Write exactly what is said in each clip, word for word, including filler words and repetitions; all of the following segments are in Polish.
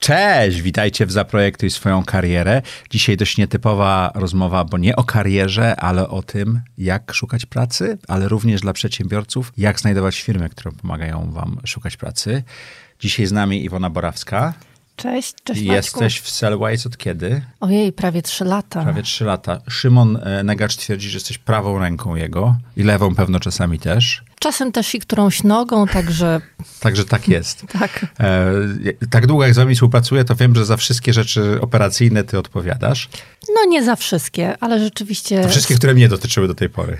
Cześć, witajcie w Zaprojektuj swoją karierę. Dzisiaj dość nietypowa rozmowa, bo nie o karierze, ale o tym, jak szukać pracy, ale również dla przedsiębiorców, jak znajdować firmy, które pomagają wam szukać pracy. Dzisiaj z nami Iwona Borawska. Cześć, cześć Maćku. Jesteś w Sellwise od kiedy? Ojej, prawie trzy lata. Prawie trzy lata. Szymon Negacz twierdzi, że jesteś prawą ręką jego i lewą pewno czasami też. Czasem też i którąś nogą, także... Także tak jest. Tak. E, tak długo jak z wami współpracuję, to wiem, że za wszystkie rzeczy operacyjne ty odpowiadasz. No nie za wszystkie, ale rzeczywiście... Za wszystkie, które mnie dotyczyły do tej pory.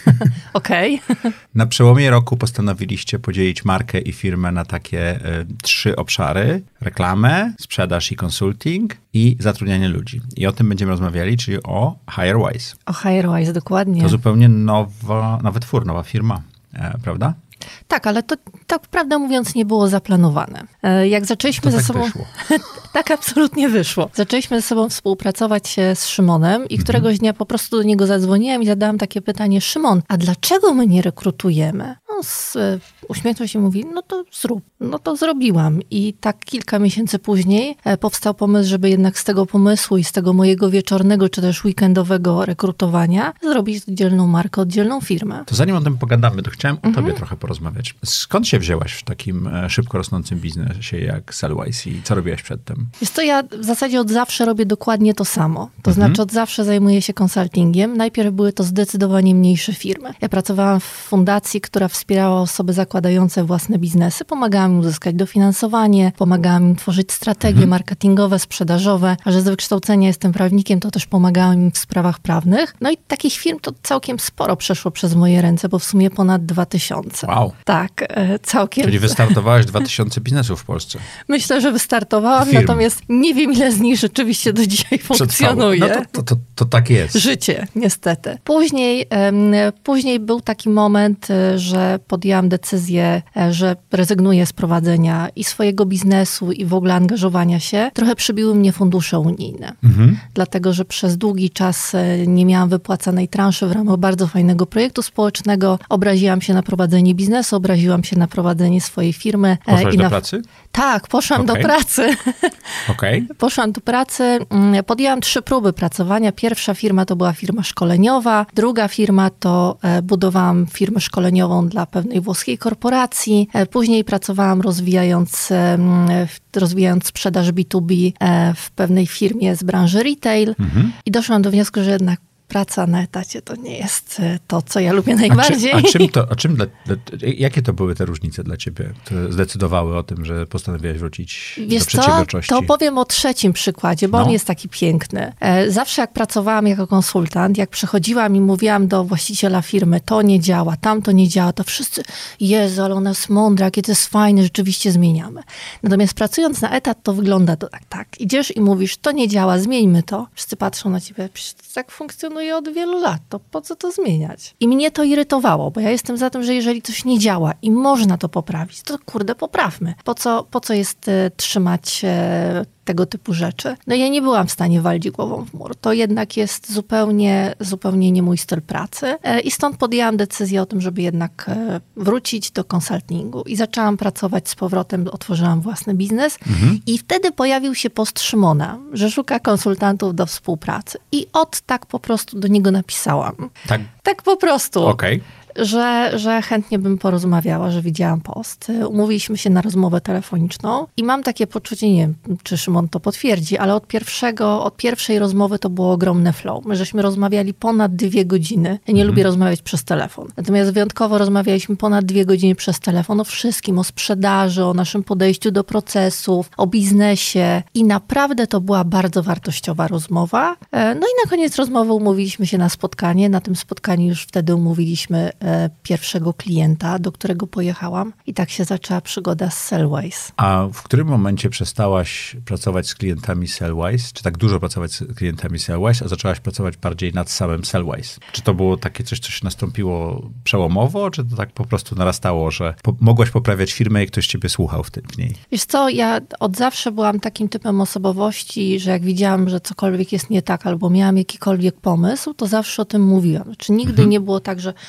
Okej. Okay. Na przełomie roku postanowiliście podzielić markę i firmę na takie y, trzy obszary. Reklamę, sprzedaż i consulting i zatrudnianie ludzi. I o tym będziemy rozmawiali, czyli o HireWise. O HireWise, dokładnie. To zupełnie nowa, nowy twór, nowa firma, e, prawda? Tak, ale to tak prawdę mówiąc nie było zaplanowane. Jak zaczęliśmy to ze tak sobą... wyszło. Tak absolutnie wyszło. Zaczęliśmy ze sobą współpracować z Szymonem i któregoś mm-hmm. dnia po prostu do niego zadzwoniłam i zadałam takie pytanie: Szymon, a dlaczego my nie rekrutujemy? No, z, uśmiechnął się i mówi, no to zrób. No to zrobiłam. I tak kilka miesięcy później powstał pomysł, żeby jednak z tego pomysłu i z tego mojego wieczornego czy też weekendowego rekrutowania zrobić oddzielną markę, oddzielną firmę. To zanim o tym pogadamy, to chciałem o mm-hmm. tobie trochę porozmawiać. Skąd się wzięłaś w takim szybko rosnącym biznesie jak Sellwise i co robiłaś przedtem? Wiesz co, ja w zasadzie od zawsze robię dokładnie to samo. To mhm. znaczy od zawsze zajmuję się konsultingiem. Najpierw były to zdecydowanie mniejsze firmy. Ja pracowałam w fundacji, która wspierała osoby zakładające własne biznesy. Pomagałam im uzyskać dofinansowanie, pomagałam im tworzyć strategie mhm. marketingowe, sprzedażowe, a że z wykształcenia jestem prawnikiem, to też pomagałam im w sprawach prawnych. No i takich firm to całkiem sporo przeszło przez moje ręce, bo w sumie ponad dwa tysiące. Wow. Tak, całkiem. Czyli wystartowałaś dwa tysiące biznesów w Polsce. Myślę, że wystartowałam, Firm. Natomiast nie wiem, ile z nich rzeczywiście do dzisiaj funkcjonuje. No to, to, to, to tak jest. Życie, niestety. Później, um, później był taki moment, że podjęłam decyzję, że rezygnuję z prowadzenia i swojego biznesu i w ogóle angażowania się. Trochę przybiły mnie fundusze unijne. Mhm. Dlatego, że przez długi czas nie miałam wypłacanej transzy w ramach bardzo fajnego projektu społecznego. Obraziłam się na prowadzenie biznesu, obraziłam się na prowadzenie swojej firmy. Poszłaś i do na... pracy? Tak, poszłam okay. do pracy. Okay. Poszłam do pracy, podjęłam trzy próby pracowania. Pierwsza firma to była firma szkoleniowa, druga firma to budowałam firmę szkoleniową dla pewnej włoskiej korporacji. Później pracowałam rozwijając, rozwijając sprzedaż B dwa B w pewnej firmie z branży retail mhm. i doszłam do wniosku, że jednak praca na etacie to nie jest to, co ja lubię najbardziej. A, czy, a czym to, a czym dla, dla, jakie to były te różnice dla ciebie, które zdecydowały o tym, że postanowiłaś wrócić Wiesz do przedsiębiorczości? Co? To powiem o trzecim przykładzie, bo no. on jest taki piękny. Zawsze jak pracowałam jako konsultant, jak przychodziłam i mówiłam do właściciela firmy, to nie działa, tam to nie działa, to wszyscy, Jezu, ale ona jest mądra, jakie to jest fajne, rzeczywiście zmieniamy. Natomiast pracując na etat, to wygląda to tak, tak. Idziesz i mówisz, to nie działa, zmieńmy to. Wszyscy patrzą na ciebie, tak funkcjonuje od wielu lat, to po co to zmieniać? I mnie to irytowało, bo ja jestem za tym, że jeżeli coś nie działa i można to poprawić, to kurde, poprawmy. Po co, po co jest y, trzymać y, tego typu rzeczy? No ja nie byłam w stanie walić głową w mur. To jednak jest zupełnie, zupełnie nie mój styl pracy y, i stąd podjęłam decyzję o tym, żeby jednak y, wrócić do konsultingu i zaczęłam pracować z powrotem, otworzyłam własny biznes mhm. i wtedy pojawił się post Szymona, że szuka konsultantów do współpracy i od tak po prostu do niego napisałam. Tak, tak po prostu. Okej. Okay. Że, że chętnie bym porozmawiała, że widziałam post. Umówiliśmy się na rozmowę telefoniczną i mam takie poczucie, nie wiem, czy Szymon to potwierdzi, ale od pierwszego, od pierwszej rozmowy to było ogromne flow. My żeśmy rozmawiali ponad dwie godziny. Ja nie mhm. lubię rozmawiać przez telefon. Natomiast wyjątkowo rozmawialiśmy ponad dwie godziny przez telefon o wszystkim, o sprzedaży, o naszym podejściu do procesów, o biznesie i naprawdę to była bardzo wartościowa rozmowa. No i na koniec rozmowy umówiliśmy się na spotkanie. Na tym spotkaniu już wtedy umówiliśmy pierwszego klienta, do którego pojechałam i tak się zaczęła przygoda z Sellwise. A w którym momencie przestałaś pracować z klientami Sellwise? Czy tak dużo pracować z klientami Sellwise, a zaczęłaś pracować bardziej nad samym Sellwise? Czy to było takie coś, co się nastąpiło przełomowo, czy to tak po prostu narastało, że po- mogłaś poprawiać firmę i ktoś ciebie słuchał w, tym, w niej? Wiesz co, ja od zawsze byłam takim typem osobowości, że jak widziałam, że cokolwiek jest nie tak, albo miałam jakikolwiek pomysł, to zawsze o tym mówiłam. Znaczy nigdy mhm. nie było tak, że pracuję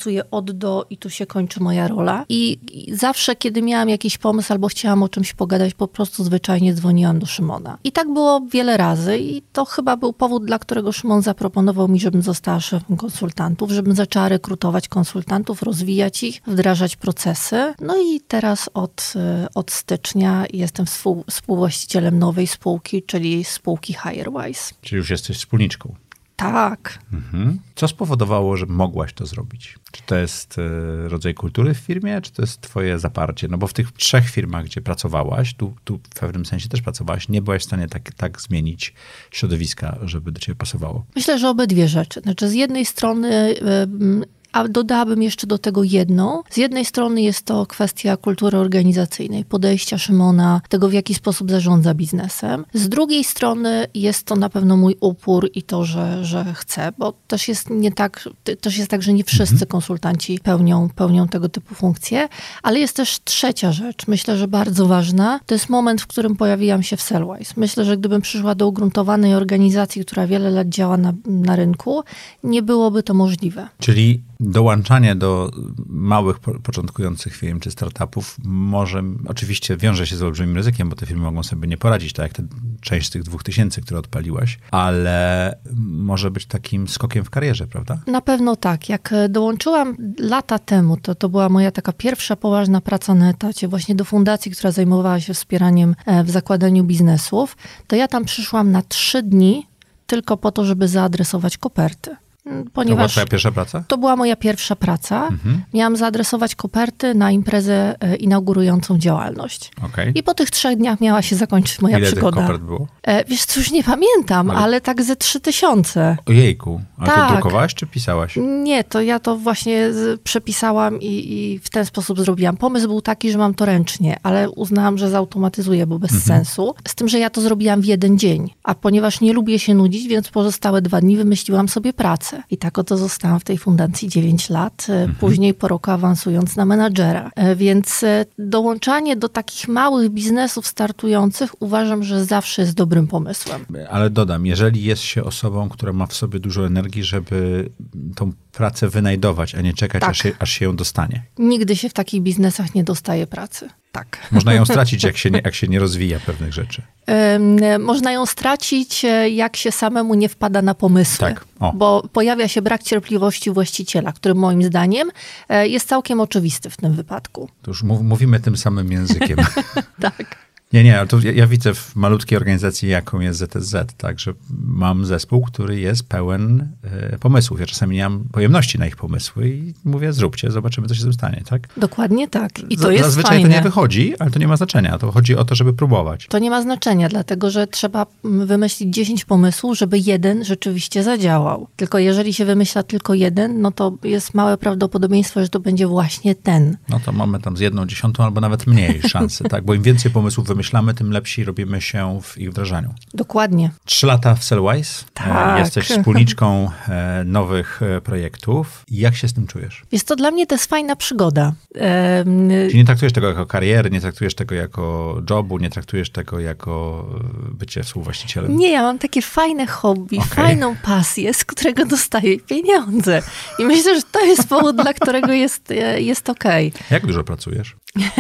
pracuję od do i tu się kończy moja rola. I, i zawsze, kiedy miałam jakiś pomysł albo chciałam o czymś pogadać, po prostu zwyczajnie dzwoniłam do Szymona. I tak było wiele razy i to chyba był powód, dla którego Szymon zaproponował mi, żebym została szefem konsultantów, żebym zaczęła rekrutować konsultantów, rozwijać ich, wdrażać procesy. No i teraz od, od stycznia jestem współ, współwłaścicielem nowej spółki, czyli spółki HireWise. Czyli już jesteś wspólniczką. Tak. Mhm. Co spowodowało, że mogłaś to zrobić? Czy to jest y, rodzaj kultury w firmie, czy to jest twoje zaparcie? No bo w tych trzech firmach, gdzie pracowałaś, tu, tu w pewnym sensie też pracowałaś, nie byłaś w stanie tak, tak zmienić środowiska, żeby do ciebie pasowało. Myślę, że obydwie rzeczy. Znaczy z jednej strony... Y, A dodałabym jeszcze do tego jedną. Z jednej strony jest to kwestia kultury organizacyjnej, podejścia Szymona, tego w jaki sposób zarządza biznesem. Z drugiej strony jest to na pewno mój upór i to, że, że chcę, bo też jest nie tak, też jest tak, że nie wszyscy mhm. konsultanci pełnią, pełnią tego typu funkcje, ale jest też trzecia rzecz, myślę, że bardzo ważna. To jest moment, w którym pojawiłam się w Sellwise. Myślę, że gdybym przyszła do ugruntowanej organizacji, która wiele lat działa na, na rynku, nie byłoby to możliwe. Czyli dołączanie do małych, początkujących firm czy startupów może, oczywiście wiąże się z olbrzymim ryzykiem, bo te firmy mogą sobie nie poradzić, tak jak te, część z tych dwóch tysięcy, które odpaliłaś, ale może być takim skokiem w karierze, prawda? Na pewno tak. Jak dołączyłam lata temu, to, to była moja taka pierwsza poważna praca na etacie, właśnie do fundacji, która zajmowała się wspieraniem w zakładaniu biznesów, to ja tam przyszłam na trzy dni tylko po to, żeby zaadresować koperty. Ponieważ to była twoja pierwsza praca? To była moja pierwsza praca. Mhm. Miałam zaadresować koperty na imprezę inaugurującą działalność. Okay. I po tych trzech dniach miała się zakończyć moja Ile przygoda. Ile tych kopert było? E, wiesz co, już nie pamiętam, ale, ale tak ze trzy tysiące. Ojejku. A tak. to drukowałaś czy pisałaś? Nie, to ja to właśnie z, przepisałam i, i w ten sposób zrobiłam. Pomysł był taki, że mam to ręcznie, ale uznałam, że zautomatyzuję, bo bez mhm. sensu. Z tym, że ja to zrobiłam w jeden dzień. A ponieważ nie lubię się nudzić, więc pozostałe dwa dni wymyśliłam sobie pracę. I tak oto zostałam w tej fundacji dziewięć lat, mhm. później po roku awansując na menadżera. Więc dołączanie do takich małych biznesów startujących uważam, że zawsze jest dobrym pomysłem. Ale dodam, jeżeli jest się osobą, która ma w sobie dużo energii, żeby tą pracę wynajdować, a nie czekać, tak. aż, się, aż się ją dostanie. Nigdy się w takich biznesach nie dostaje pracy. Tak. Można ją stracić, jak się nie, jak się nie rozwija pewnych rzeczy. Um, można ją stracić, jak się samemu nie wpada na pomysły. Tak. O. Bo pojawia się brak cierpliwości właściciela, który moim zdaniem jest całkiem oczywisty w tym wypadku. To już mów, mówimy tym samym językiem. Tak. Nie, nie, to ja, ja widzę w malutkiej organizacji, jaką jest Z S Z, tak, że mam zespół, który jest pełen y, pomysłów. Ja czasami nie mam pojemności na ich pomysły i mówię, zróbcie, zobaczymy, co się z tym stanie, tak? Dokładnie tak. I to Z, jest Zazwyczaj fajne. to nie wychodzi, ale to nie ma znaczenia. To chodzi o to, żeby próbować. To nie ma znaczenia, dlatego że trzeba wymyślić dziesięć pomysłów, żeby jeden rzeczywiście zadziałał. Tylko jeżeli się wymyśla tylko jeden, no to jest małe prawdopodobieństwo, że to będzie właśnie ten. No to mamy tam z jedną dziesiątą albo nawet mniej szansy, tak? Bo im więcej pomysłów wymyślamy, myślamy, tym lepsi robimy się w ich wdrażaniu. Dokładnie. Trzy lata w Sellwise. Tak. Jesteś wspólniczką nowych projektów. Jak się z tym czujesz? Jest to dla mnie to jest fajna przygoda. Czyli nie traktujesz tego jako kariery, nie traktujesz tego jako jobu, nie traktujesz tego jako bycie współwłaścicielem? Nie, ja mam takie fajne hobby, okay. fajną pasję, z którego dostaję pieniądze. I myślę, że to jest powód, dla którego jest, jest okej. Okay. Jak dużo pracujesz?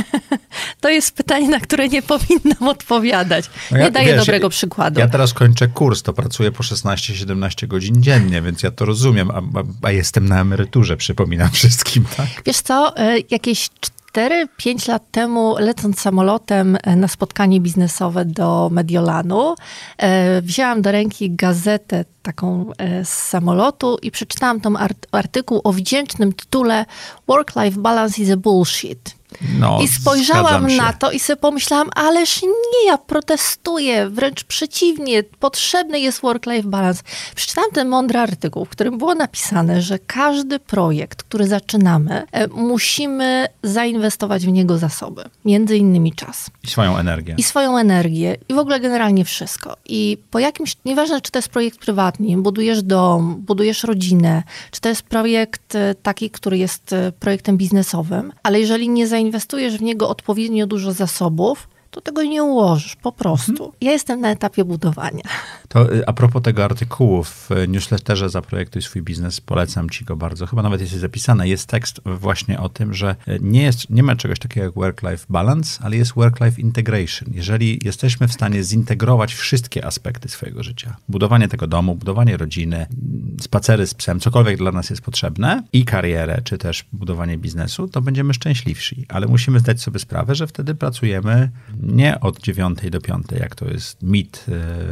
To jest pytanie, na które nie powinnam odpowiadać. No ja, nie daję wiesz, dobrego ja, przykładu. Ja teraz kończę kurs, to pracuję po szesnaście siedemnaście godzin dziennie, więc ja to rozumiem, a, a, a jestem na emeryturze, przypominam wszystkim, tak? Wiesz co, jakieś cztery pięć lat temu, lecąc samolotem na spotkanie biznesowe do Mediolanu, wzięłam do ręki gazetę taką z samolotu i przeczytałam tam artykuł o wdzięcznym tytule Work-Life Balance is a Bullshit. No, I spojrzałam na to i sobie pomyślałam, ależ nie, ja protestuję, wręcz przeciwnie, potrzebny jest work-life balance. Przeczytałam ten mądry artykuł, w którym było napisane, że każdy projekt, który zaczynamy, musimy zainwestować w niego zasoby, między innymi czas. I swoją energię. I swoją energię i w ogóle generalnie wszystko. I po jakimś, nieważne czy to jest projekt prywatny, budujesz dom, budujesz rodzinę, czy to jest projekt taki, który jest projektem biznesowym, ale jeżeli nie zainwestujesz w niego odpowiednio dużo zasobów, to tego nie ułożysz, po prostu. Mhm. Ja jestem na etapie budowania. To a propos tego artykułu w newsletterze Zaprojektuj swój biznes, polecam ci go bardzo. Chyba nawet jest zapisane. Jest tekst właśnie o tym, że nie, jest, nie ma czegoś takiego jak work-life balance, ale jest work-life integration. Jeżeli jesteśmy w stanie zintegrować wszystkie aspekty swojego życia, budowanie tego domu, budowanie rodziny, spacery z psem, cokolwiek dla nas jest potrzebne i karierę, czy też budowanie biznesu, to będziemy szczęśliwsi. Ale musimy zdać sobie sprawę, że wtedy pracujemy nie od dziewiątej do piątej, jak to jest mit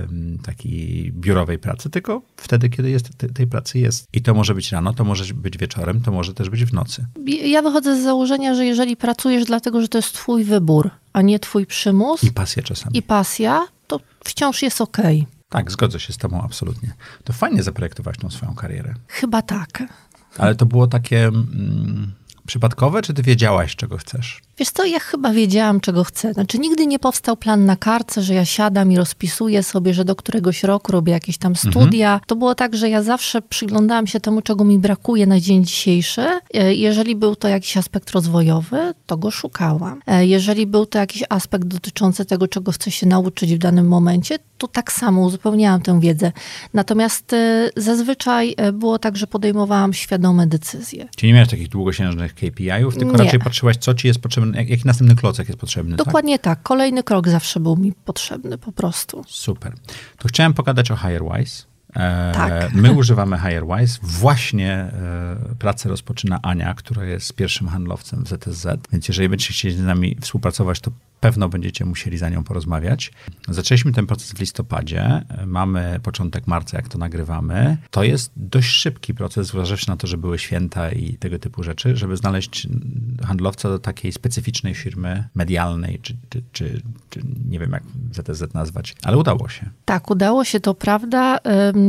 taki biurowej pracy, tylko wtedy, kiedy jest, tej pracy jest. I to może być rano, to może być wieczorem, to może też być w nocy. Ja wychodzę z założenia, że jeżeli pracujesz dlatego, że to jest twój wybór, a nie twój przymus. I pasja czasami. I pasja, to wciąż jest okej. Okay. Tak, zgodzę się z tobą absolutnie. To fajnie zaprojektować tą swoją karierę. Chyba tak. Ale to było takie mm, przypadkowe, czy ty wiedziałaś, czego chcesz? Wiesz co, ja chyba wiedziałam, czego chcę. Znaczy nigdy nie powstał plan na kartce, że ja siadam i rozpisuję sobie, że do któregoś roku robię jakieś tam studia. Mhm. To było tak, że ja zawsze przyglądałam się temu, czego mi brakuje na dzień dzisiejszy. Jeżeli był to jakiś aspekt rozwojowy, to go szukałam. Jeżeli był to jakiś aspekt dotyczący tego, czego chcę się nauczyć w danym momencie, to tak samo uzupełniałam tę wiedzę. Natomiast zazwyczaj było tak, że podejmowałam świadome decyzje. Czyli nie miałeś takich długosiężnych K P I ów, tylko nie. Raczej patrzyłaś, co ci jest potrzebne, jaki następny klocek jest potrzebny. Dokładnie tak? tak. Kolejny krok zawsze był mi potrzebny po prostu. Super. To chciałem pogadać o HireWise. E, tak. My używamy HireWise. Właśnie e, pracę rozpoczyna Ania, która jest pierwszym handlowcem w Z S Z. Więc jeżeli będziecie chcieli z nami współpracować, to pewno będziecie musieli za nią porozmawiać. Zaczęliśmy ten proces w listopadzie. Mamy początek marca, jak to nagrywamy. To jest dość szybki proces, zważywszy na to, że były święta i tego typu rzeczy, żeby znaleźć handlowca do takiej specyficznej firmy medialnej, czy, czy, czy, czy nie wiem, jak Z S Z nazwać, ale udało się. Tak, udało się, to prawda.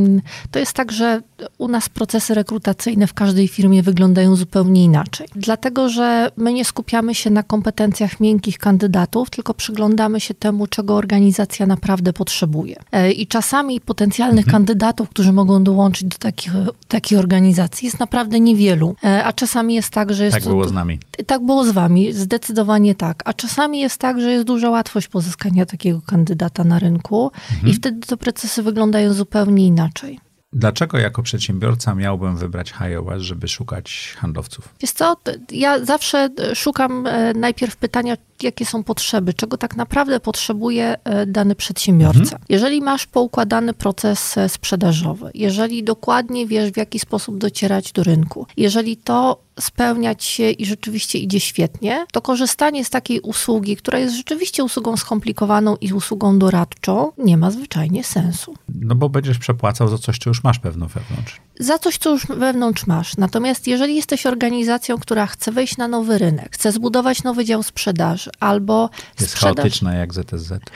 To jest tak, że u nas procesy rekrutacyjne w każdej firmie wyglądają zupełnie inaczej. Dlatego, że my nie skupiamy się na kompetencjach miękkich kandydatów, tylko przyglądamy się temu, czego organizacja naprawdę potrzebuje. I czasami potencjalnych mhm. kandydatów, którzy mogą dołączyć do takich, takiej organizacji, jest naprawdę niewielu. A czasami jest tak, że jest... Tak było z nami. Tak było z wami, zdecydowanie tak. A czasami jest tak, że jest duża łatwość pozyskania takiego kandydata na rynku mhm. i wtedy te procesy wyglądają zupełnie inaczej. Dlaczego jako przedsiębiorca miałbym wybrać HireWise, żeby szukać handlowców? Wiesz co, ja zawsze szukam najpierw pytania, jakie są potrzeby, czego tak naprawdę potrzebuje dany przedsiębiorca. Mhm. Jeżeli masz poukładany proces sprzedażowy, jeżeli dokładnie wiesz, w jaki sposób docierać do rynku, jeżeli to spełniać się i rzeczywiście idzie świetnie, to korzystanie z takiej usługi, która jest rzeczywiście usługą skomplikowaną i usługą doradczą, nie ma zwyczajnie sensu. No bo będziesz przepłacał za coś, co już masz pewno wewnątrz. Za coś, co już wewnątrz masz. Natomiast jeżeli jesteś organizacją, która chce wejść na nowy rynek, chce zbudować nowy dział sprzedaży, albo jest sprzedaż... chaotyczna jak Z S Z.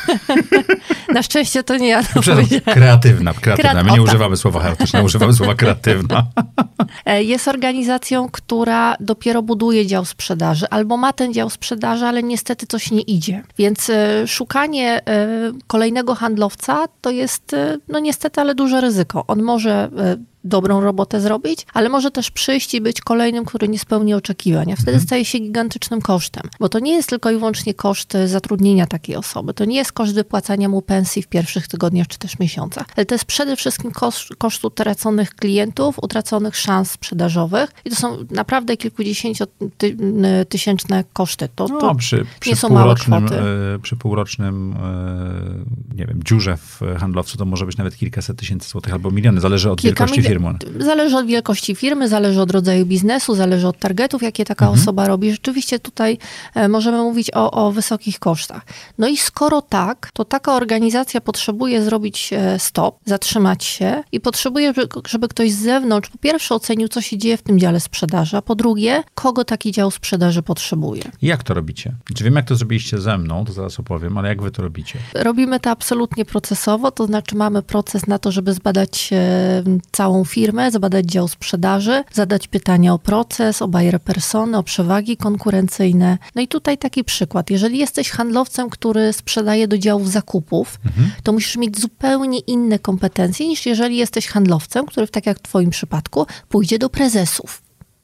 Na szczęście to nie ja to Kreatywna, kreatywna. My nie o, używamy tak. słowa chaotyczna, używamy słowa kreatywna. Jest organizacją, która dopiero buduje dział sprzedaży, albo ma ten dział sprzedaży, ale niestety coś nie idzie. Więc szukanie kolejnego handlowca to jest, no niestety, ale duże ryzyko. On może dobrą robotę zrobić, ale może też przyjść i być kolejnym, który nie spełni oczekiwań, a wtedy mhm. staje się gigantycznym kosztem. Bo to nie jest tylko i wyłącznie koszt zatrudnienia takiej osoby, to nie jest koszt wypłacania mu pensji w pierwszych tygodniach czy też miesiącach, ale to jest przede wszystkim koszt, koszt utraconych klientów, utraconych szans sprzedażowych i to są naprawdę kilkudziesięciotysięczne koszty. To, to no, przy, przy nie są małe kwoty. E, przy półrocznym e, nie wiem, dziurze w handlowcu to może być nawet kilkaset tysięcy złotych albo miliony, zależy od Kilka wielkości firmy. Zależy od wielkości firmy, zależy od rodzaju biznesu, zależy od targetów, jakie taka mhm. osoba robi. Rzeczywiście tutaj możemy mówić o, o wysokich kosztach. No i skoro tak, to taka organizacja potrzebuje zrobić stop, zatrzymać się i potrzebuje, żeby ktoś z zewnątrz po pierwsze ocenił, co się dzieje w tym dziale sprzedaży, a po drugie, kogo taki dział sprzedaży potrzebuje. I jak to robicie? Czy wiem, jak to zrobiliście ze mną, to zaraz opowiem, ale jak wy to robicie? Robimy to absolutnie procesowo, to znaczy mamy proces na to, żeby zbadać całą firmę, zbadać dział sprzedaży, zadać pytania o proces, o buyer persony, o przewagi konkurencyjne. No i tutaj taki przykład. Jeżeli jesteś handlowcem, który sprzedaje do działów zakupów, mhm. to musisz mieć zupełnie inne kompetencje niż jeżeli jesteś handlowcem, który tak jak w twoim przypadku pójdzie do prezesów.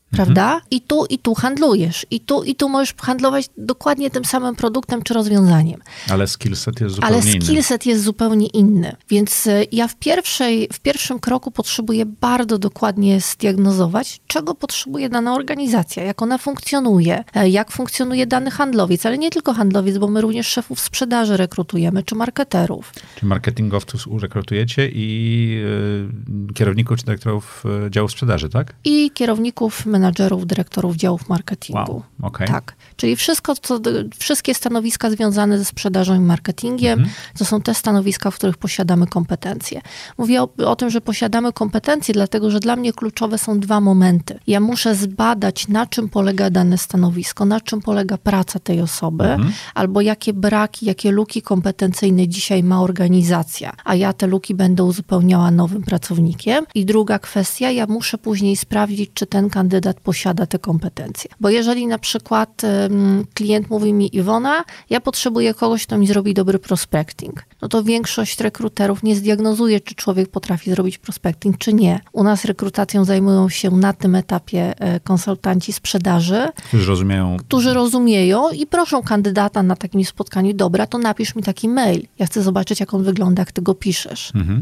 prawda? Mhm. I tu, i tu handlujesz. I tu, i tu możesz handlować dokładnie tym samym produktem czy rozwiązaniem. Ale skillset jest zupełnie Ale inny. skillset jest zupełnie inny. Więc ja w, pierwszej, w pierwszym kroku potrzebuję bardzo dokładnie zdiagnozować, czego potrzebuje dana organizacja, jak ona funkcjonuje, jak funkcjonuje dany handlowiec, ale nie tylko handlowiec, bo my również szefów sprzedaży rekrutujemy, czy marketerów. Czy marketingowców rekrutujecie i y, kierowników czy dyrektorów y, działu sprzedaży, tak? I kierowników, menadżerów, dyrektorów działów marketingu. Wow, okay. Tak. Czyli wszystko, co, wszystkie stanowiska związane ze sprzedażą i marketingiem, mhm. to są te stanowiska, w których posiadamy kompetencje. Mówię o, o tym, że posiadamy kompetencje, dlatego, że dla mnie kluczowe są dwa momenty. Ja muszę zbadać, na czym polega dane stanowisko, na czym polega praca tej osoby, mhm. albo jakie braki, jakie luki kompetencyjne dzisiaj ma organizacja, a ja te luki będę uzupełniała nowym pracownikiem. I druga kwestia, ja muszę później sprawdzić, czy ten kandydat posiada te kompetencje. Bo jeżeli na przykład um, klient mówi mi: Iwona, ja potrzebuję kogoś, kto mi zrobi dobry prospecting, no to większość rekruterów nie zdiagnozuje, czy człowiek potrafi zrobić prospecting, czy nie. U nas rekrutacją zajmują się na tym etapie konsultanci sprzedaży, którzy rozumieją, którzy rozumieją i proszą kandydata na takim spotkaniu: dobra, to napisz mi taki mail. Ja chcę zobaczyć, jak on wygląda, jak ty go piszesz. Mhm.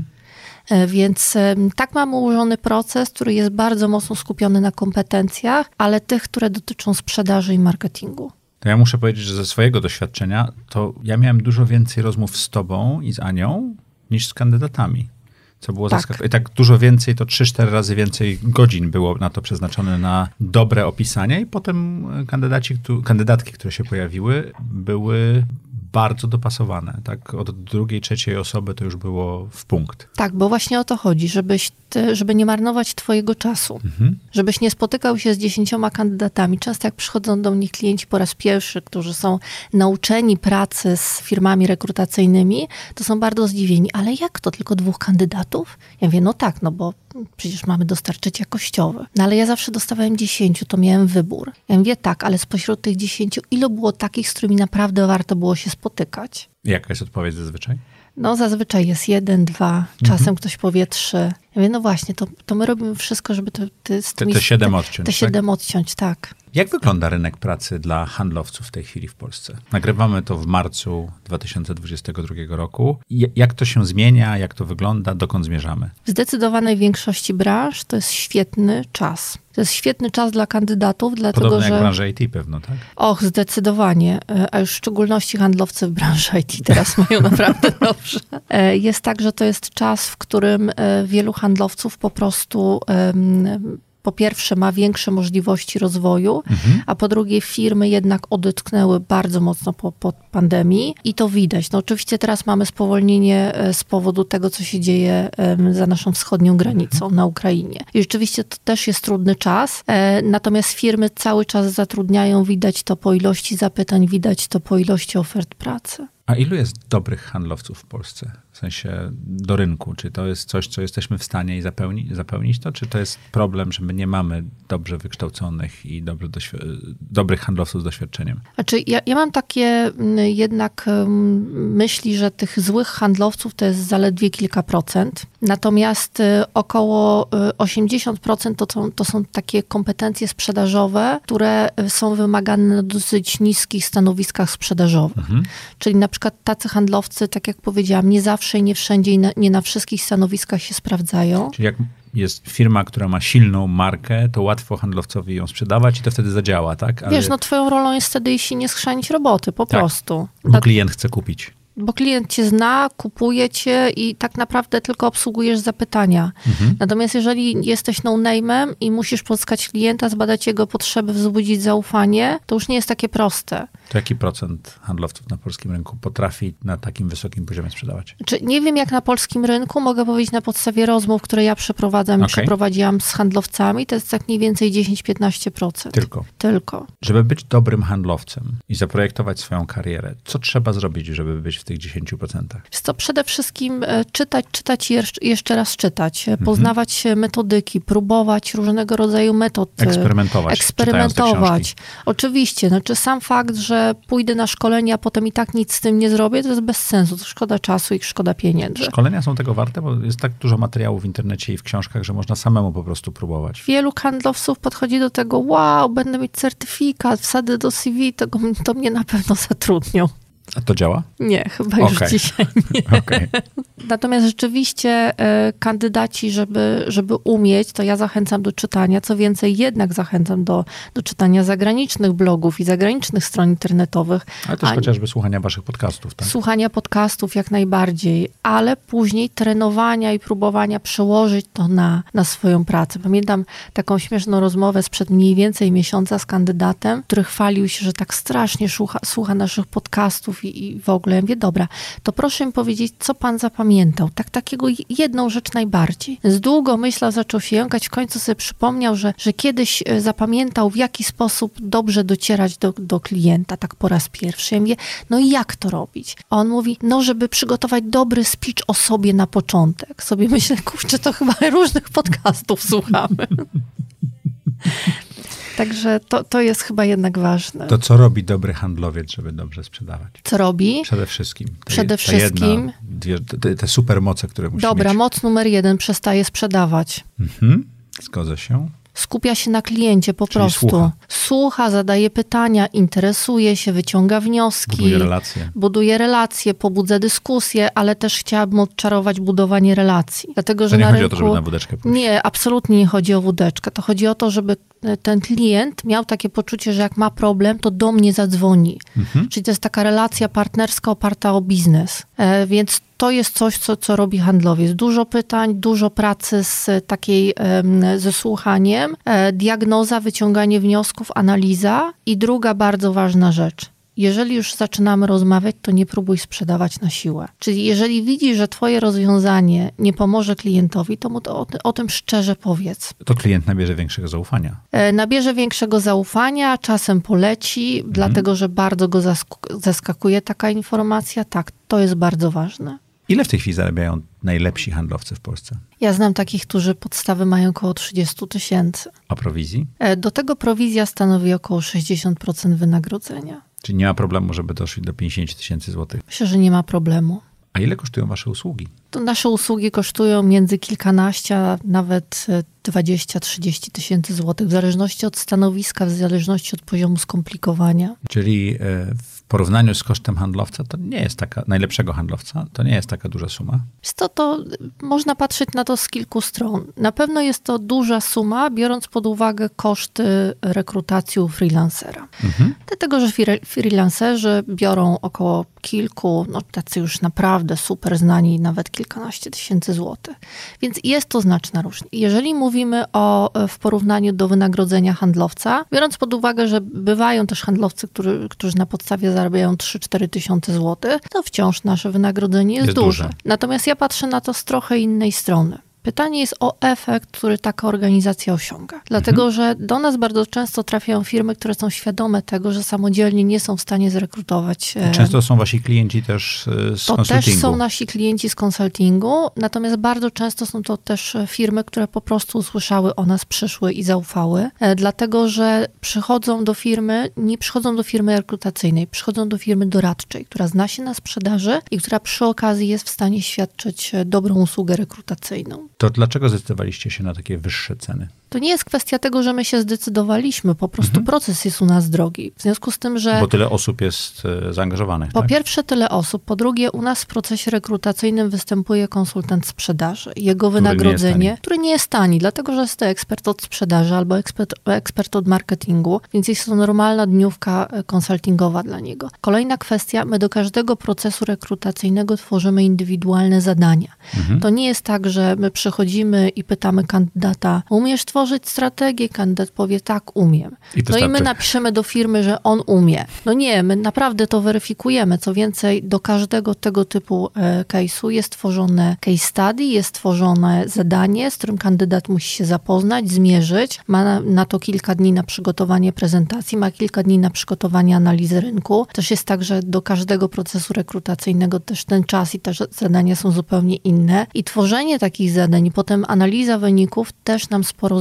Więc tak mamy ułożony proces, który jest bardzo mocno skupiony na kompetencjach, ale tych, które dotyczą sprzedaży i marketingu. To ja muszę powiedzieć, że ze swojego doświadczenia, to ja miałem dużo więcej rozmów z tobą i z Anią niż z kandydatami. Co było tak. zaskakujące. I tak dużo więcej, to trzy cztery razy więcej godzin było na to przeznaczone, na dobre opisanie, i potem kandydaci, kandydatki, które się pojawiły, były bardzo dopasowane. Tak, od drugiej, trzeciej osoby to już było w punkt. Tak, bo właśnie o to chodzi, żebyś ty, żeby nie marnować twojego czasu. Mhm. Żebyś nie spotykał się z dziesięcioma kandydatami. Często jak przychodzą do mnie klienci po raz pierwszy, którzy są nauczeni pracy z firmami rekrutacyjnymi, to są bardzo zdziwieni. Ale jak to? Tylko dwóch kandydatów? Ja mówię, no tak, no bo przecież mamy dostarczyć jakościowy. No ale ja zawsze dostawałem dziesięciu, to miałem wybór. Ja mówię, tak, ale spośród tych dziesięciu, ilu było takich, z którymi naprawdę warto było się spotykać? Jaka jest odpowiedź zazwyczaj? No zazwyczaj jest jeden, dwa, czasem mhm. ktoś powie trzy. Ja mówię, no właśnie, to, to my robimy wszystko, żeby to, te, z tymi, te, te siedem odciąć. Te siedem tak? odciąć, tak. Jak wygląda rynek pracy dla handlowców w tej chwili w Polsce? Nagrywamy to w marcu dwa tysiące dwudziestego drugiego roku. Jak to się zmienia, jak to wygląda, dokąd zmierzamy? W zdecydowanej większości branż to jest świetny czas. To jest świetny czas dla kandydatów, dlatego Podobnie że... jak w branży I T pewno, tak? Och, zdecydowanie. A już w szczególności handlowcy w branży I T teraz mają naprawdę dobrze. Jest tak, że to jest czas, w którym wielu handlowców po prostu... Um, po pierwsze ma większe możliwości rozwoju, mhm. a po drugie firmy jednak odetchnęły bardzo mocno po, po pandemii i to widać. No oczywiście teraz mamy spowolnienie z powodu tego, co się dzieje za naszą wschodnią granicą mhm. na Ukrainie. I rzeczywiście to też jest trudny czas, natomiast firmy cały czas zatrudniają, widać to po ilości zapytań, widać to po ilości ofert pracy. A ilu jest dobrych handlowców w Polsce? W sensie do rynku. Czy to jest coś, co jesteśmy w stanie zapełnić, zapełnić to? Czy to jest problem, że my nie mamy dobrze wykształconych i dobry doświ- dobrych handlowców z doświadczeniem? Znaczy, ja, ja mam takie jednak myśli, że tych złych handlowców to jest zaledwie kilka procent. Natomiast około osiemdziesiąt procent to są, to są takie kompetencje sprzedażowe, które są wymagane na dosyć niskich stanowiskach sprzedażowych. Mhm. Czyli na przykład tacy handlowcy, tak jak powiedziałam, nie zawsze i nie wszędzie i na, nie na wszystkich stanowiskach się sprawdzają. Czyli jak jest firma, która ma silną markę, to łatwo handlowcowi ją sprzedawać i to wtedy zadziała, tak? Ale... Wiesz, no twoją rolą jest wtedy, jeśli nie schrzanić roboty, po tak, prostu. Bo tak, klient chce kupić. Bo klient cię zna, kupuje cię i tak naprawdę tylko obsługujesz zapytania. Mhm. Natomiast jeżeli jesteś no-name'em i musisz pozyskać klienta, zbadać jego potrzeby, wzbudzić zaufanie, to już nie jest takie proste. To jaki procent handlowców na polskim rynku potrafi na takim wysokim poziomie sprzedawać? Czy nie wiem, jak na polskim rynku, mogę powiedzieć na podstawie rozmów, które ja przeprowadzam i okay. przeprowadziłam z handlowcami, to jest tak mniej więcej dziesięć do piętnastu procent. Tylko? Tylko. Żeby być dobrym handlowcem i zaprojektować swoją karierę, co trzeba zrobić, żeby być w tych dziesięciu procentach? Jest to przede wszystkim czytać, czytać i jeszcze raz czytać, mhm. poznawać metodyki, próbować różnego rodzaju metod. Eksperymentować. Eksperymentować. Oczywiście. Znaczy sam fakt, że że pójdę na szkolenie, a potem i tak nic z tym nie zrobię, to jest bez sensu. To szkoda czasu i szkoda pieniędzy. Szkolenia są tego warte, bo jest tak dużo materiałów w internecie i w książkach, że można samemu po prostu próbować. Wielu handlowców podchodzi do tego, wow, będę mieć certyfikat, wsadzę do C V, to, to mnie na pewno zatrudnią. A to działa? Nie, chyba już okay. dzisiaj nie. Okay. Natomiast rzeczywiście y, kandydaci, żeby, żeby umieć, to ja zachęcam do czytania. Co więcej, jednak zachęcam do, do czytania zagranicznych blogów i zagranicznych stron internetowych. Ale też A, chociażby słuchania waszych podcastów, tak? Słuchania podcastów jak najbardziej, ale później trenowania i próbowania przełożyć to na, na swoją pracę. Pamiętam taką śmieszną rozmowę sprzed mniej więcej miesiąca z kandydatem, który chwalił się, że tak strasznie słucha, słucha naszych podcastów i, i w ogóle. Ja mówię, dobra, to proszę mi powiedzieć, co pan zapamiętał? Tak takiego jedną rzecz najbardziej. Z długo myślał, zaczął się jąkać, w końcu sobie przypomniał, że, że kiedyś zapamiętał, w jaki sposób dobrze docierać do, do klienta, tak po raz pierwszy. Ja mówię, no i jak to robić? A on mówi, no żeby przygotować dobry speech o sobie na początek. Sobie myślę, kurczę, to chyba różnych podcastów słuchamy. Także to, to jest chyba jednak ważne. To co robi dobry handlowiec, żeby dobrze sprzedawać? Co robi? Przede wszystkim. Te, Przede wszystkim. Jedna, dwie, te, te supermoce, które musi Dobra, mieć. moc numer jeden, przestaje sprzedawać. Mhm, zgodzę się. Skupia się na kliencie po Czyli prostu. Słucha. słucha, zadaje pytania, interesuje się, wyciąga wnioski. Buduje relacje. Buduje relacje, pobudza dyskusję, ale też chciałabym odczarować budowanie relacji. Dlatego, To że nie na chodzi rynku... o to, żeby na wódeczkę pójść. Nie, absolutnie nie chodzi o wódeczkę. To chodzi o to, żeby ten klient miał takie poczucie, że jak ma problem, to do mnie zadzwoni. Mhm. Czyli to jest taka relacja partnerska oparta o biznes. E, więc to jest coś, co, co robi handlowiec. Dużo pytań, dużo pracy z takiej, ze słuchaniem, e, diagnoza, wyciąganie wniosków, analiza i druga bardzo ważna rzecz. Jeżeli już zaczynamy rozmawiać, to nie próbuj sprzedawać na siłę. Czyli jeżeli widzisz, że twoje rozwiązanie nie pomoże klientowi, to mu to o, o tym szczerze powiedz. To klient nabierze większego zaufania. E, nabierze większego zaufania, czasem poleci, mhm. dlatego że bardzo go zask- zaskakuje taka informacja. Tak, to jest bardzo ważne. Ile w tej chwili zarabiają najlepsi handlowcy w Polsce? Ja znam takich, którzy podstawy mają około trzydzieści tysięcy. A prowizji? E, do tego prowizja stanowi około sześćdziesiąt procent wynagrodzenia. Czyli nie ma problemu, żeby doszli do pięćdziesiąt tysięcy złotych? Myślę, że nie ma problemu. A ile kosztują wasze usługi? To nasze usługi kosztują między kilkanaście, a nawet dwadzieścia trzydzieści tysięcy złotych, w zależności od stanowiska, w zależności od poziomu skomplikowania. Czyli w porównaniu z kosztem handlowca, to nie jest taka, najlepszego handlowca, to nie jest taka duża suma? To, to można patrzeć na to z kilku stron. Na pewno jest to duża suma, biorąc pod uwagę koszty rekrutacji u freelancera. Mhm. Dlatego, że freelancerzy biorą około kilku, no tacy już naprawdę super znani, nawet kilkanaście tysięcy złotych. Więc jest to znaczna różnica. Jeżeli mówimy o w porównaniu do wynagrodzenia handlowca, biorąc pod uwagę, że bywają też handlowcy, którzy, którzy na podstawie zarabiają trzy cztery tysiące złotych, to wciąż nasze wynagrodzenie jest, jest duże. duże. Natomiast ja patrzę na to z trochę innej strony. Pytanie jest o efekt, który taka organizacja osiąga. Dlatego, mhm. że do nas bardzo często trafiają firmy, które są świadome tego, że samodzielnie nie są w stanie zrekrutować. Często są wasi klienci też z to konsultingu. To też są nasi klienci z konsultingu, natomiast bardzo często są to też firmy, które po prostu usłyszały o nas, przyszły i zaufały. Dlatego, że przychodzą do firmy, nie przychodzą do firmy rekrutacyjnej, przychodzą do firmy doradczej, która zna się na sprzedaży i która przy okazji jest w stanie świadczyć dobrą usługę rekrutacyjną. To dlaczego zdecydowaliście się na takie wyższe ceny? To nie jest kwestia tego, że my się zdecydowaliśmy, po prostu mhm. proces jest u nas drogi. W związku z tym, że... Bo tyle osób jest zaangażowanych, Po tak? pierwsze tyle osób, po drugie u nas w procesie rekrutacyjnym występuje konsultant sprzedaży. Jego który wynagrodzenie, nie który nie jest tani, dlatego że jest to ekspert od sprzedaży albo ekspert, ekspert od marketingu, więc jest to normalna dniówka konsultingowa dla niego. Kolejna kwestia, my do każdego procesu rekrutacyjnego tworzymy indywidualne zadania. Mhm. To nie jest tak, że my przychodzimy i pytamy kandydata, umiesz tworzyć strategię? Kandydat powie, tak, umiem. I no i my napiszemy do firmy, że on umie. No nie, my naprawdę to weryfikujemy. Co więcej, do każdego tego typu e, case'u jest tworzone case study, jest tworzone zadanie, z którym kandydat musi się zapoznać, zmierzyć. Ma na, na to kilka dni na przygotowanie prezentacji, ma kilka dni na przygotowanie analizy rynku. Też jest tak, że do każdego procesu rekrutacyjnego też ten czas i te zadania są zupełnie inne. I tworzenie takich zadań i potem analiza wyników też nam sporo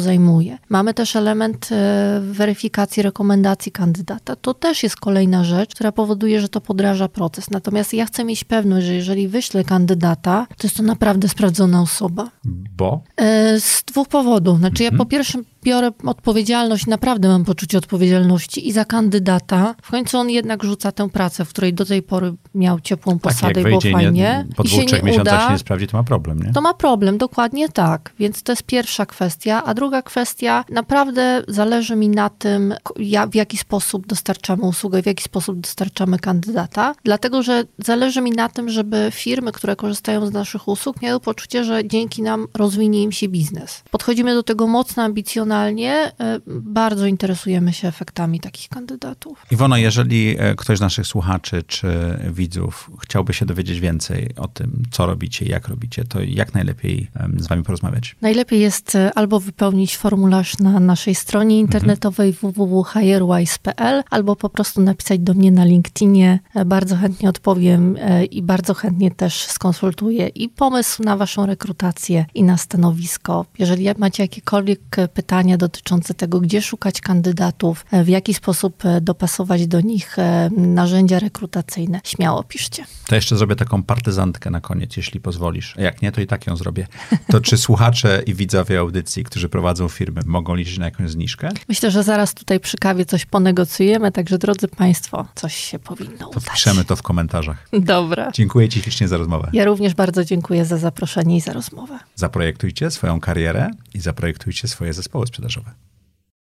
zajmuje. Mamy też element e, weryfikacji rekomendacji kandydata. To też jest kolejna rzecz, która powoduje, że to podraża proces. Natomiast ja chcę mieć pewność, że jeżeli wyślę kandydata, to jest to naprawdę sprawdzona osoba. Bo? E, z dwóch powodów. Znaczy mhm. ja po pierwsze biorę odpowiedzialność, naprawdę mam poczucie odpowiedzialności i za kandydata. W końcu on jednak rzuca tę pracę, w której do tej pory miał ciepłą posadę tak, i było fajnie. Nie, po dwóch, trzech miesiącach uda, się nie sprawdzi, to ma problem, nie? To ma problem, dokładnie tak. Więc to jest pierwsza kwestia. A druga kwestia, naprawdę zależy mi na tym, ja, w jaki sposób dostarczamy usługę, w jaki sposób dostarczamy kandydata. Dlatego, że zależy mi na tym, żeby firmy, które korzystają z naszych usług, miały poczucie, że dzięki nam rozwinie im się biznes. Podchodzimy do tego mocno ambicjonalnie. Bardzo interesujemy się efektami takich kandydatów. Iwona, jeżeli ktoś z naszych słuchaczy czy widzów chciałby się dowiedzieć więcej o tym, co robicie, jak robicie, to jak najlepiej z wami porozmawiać? Najlepiej jest albo wypełnić formularz na naszej stronie internetowej mhm. w w w kropka h r wise kropka p l, albo po prostu napisać do mnie na LinkedInie. Bardzo chętnie odpowiem i bardzo chętnie też skonsultuję i pomysł na waszą rekrutację i na stanowisko. Jeżeli macie jakiekolwiek pytania dotyczące tego, gdzie szukać kandydatów, w jaki sposób dopasować do nich narzędzia rekrutacyjne, śmiało piszcie. To jeszcze zrobię taką partyzantkę na koniec, jeśli pozwolisz. Jak nie, to i tak ją zrobię. To czy słuchacze i widzowie audycji, którzy prowadzą firmy, mogą liczyć na jakąś zniżkę? Myślę, że zaraz tutaj przy kawie coś ponegocjujemy, także drodzy państwo, coś się powinno to udać. Wpiszemy to w komentarzach. Dobra. Dziękuję ci ślicznie za rozmowę. Ja również bardzo dziękuję za zaproszenie i za rozmowę. Zaprojektujcie swoją karierę i zaprojektujcie swoje zespoły sprzedażowe.